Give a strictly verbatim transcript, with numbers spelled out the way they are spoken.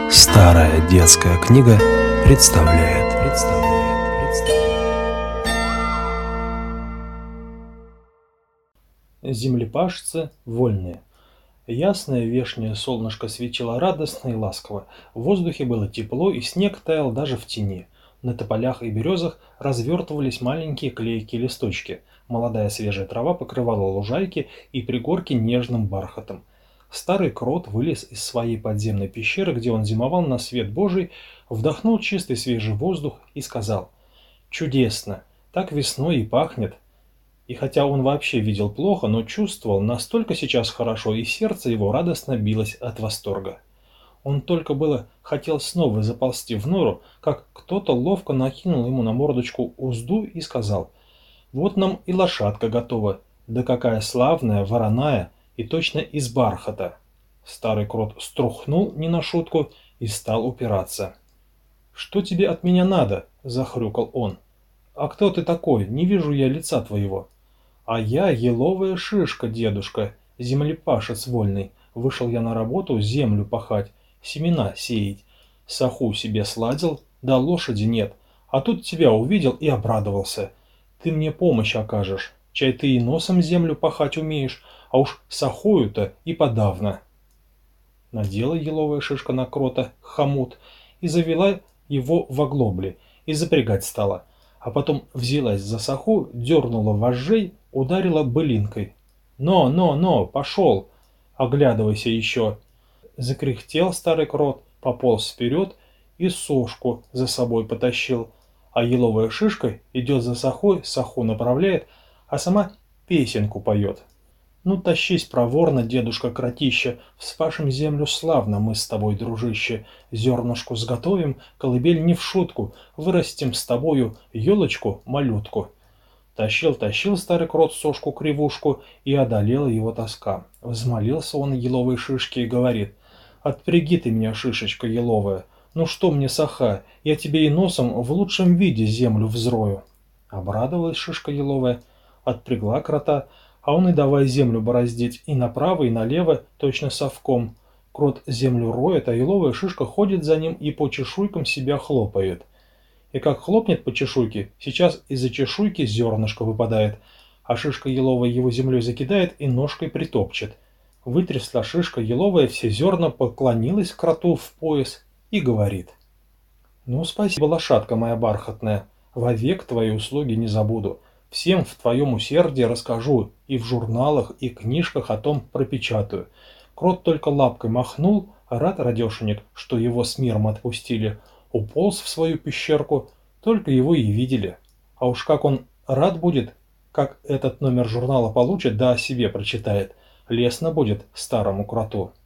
Старая детская книга представляет. представляет, представляет. Землепашцы вольные. Ясное вешнее солнышко светило радостно и ласково. В воздухе было тепло, и снег таял даже в тени. На тополях и березах развертывались маленькие клейкие листочки. Молодая свежая трава покрывала лужайки и пригорки нежным бархатом. Старый крот вылез из своей подземной пещеры, где он зимовал на свет Божий, вдохнул чистый свежий воздух и сказал: «Чудесно! Так весной и пахнет!» И хотя он вообще видел плохо, но чувствовал настолько сейчас хорошо, и сердце его радостно билось от восторга. Он только было хотел снова заползти в нору, как кто-то ловко накинул ему на мордочку узду и сказал: «Вот нам и лошадка готова, да какая славная, вороная и точно из бархата». Старый крот струхнул не на шутку и стал упираться. «Что тебе от меня надо?» – захрюкал он. «А кто ты такой? Не вижу я лица твоего». «А я еловая шишка, дедушка, землепашец вольный. Вышел я на работу землю пахать, семена сеять. Саху себе сладил, да лошади нет. А тут тебя увидел и обрадовался. Ты мне помощь окажешь. Чай ты и носом землю пахать умеешь, а уж сахую-то и подавно». Надела еловая шишка на крота хомут и завела его в оглобли, и запрягать стала. А потом взялась за саху, дернула вожжей, ударила былинкой. «Но, но, но, пошел! Оглядывайся еще!» Закряхтел старый крот, пополз вперед и сошку за собой потащил. А еловая шишка идет за сахой, саху направляет, а сама песенку поет. «Ну, тащись проворно, дедушка Кротища, вспашем землю славно мы с тобой, дружище, зернышку сготовим, колыбель не в шутку, вырастим с тобою елочку-малютку». Тащил, тащил старый крот сошку-кривушку, и одолела его тоска. Взмолился он еловой шишке и говорит: «Отпряги ты меня, шишечка еловая, ну что мне саха, я тебе и носом в лучшем виде землю взрою». Обрадовалась шишка еловая, отпрягла крота, а он и давай землю бороздить и направо, и налево, точно совком. Крот землю роет, а еловая шишка ходит за ним и по чешуйкам себя хлопает. И как хлопнет по чешуйке, сейчас из-за чешуйки зернышко выпадает, а шишка еловая его землей закидает и ножкой притопчет. Вытрясла шишка еловая все зерна, поклонилась кроту в пояс и говорит: «Ну, спасибо, лошадка моя бархатная, вовек твои услуги не забуду. Всем в твоем усердии расскажу, и в журналах, и книжках о том пропечатаю». Крот только лапкой махнул, рад радешенек, что его с миром отпустили, уполз в свою пещерку, только его и видели. А уж как он рад будет, как этот номер журнала получит, да о себе прочитает, лестно будет старому кроту.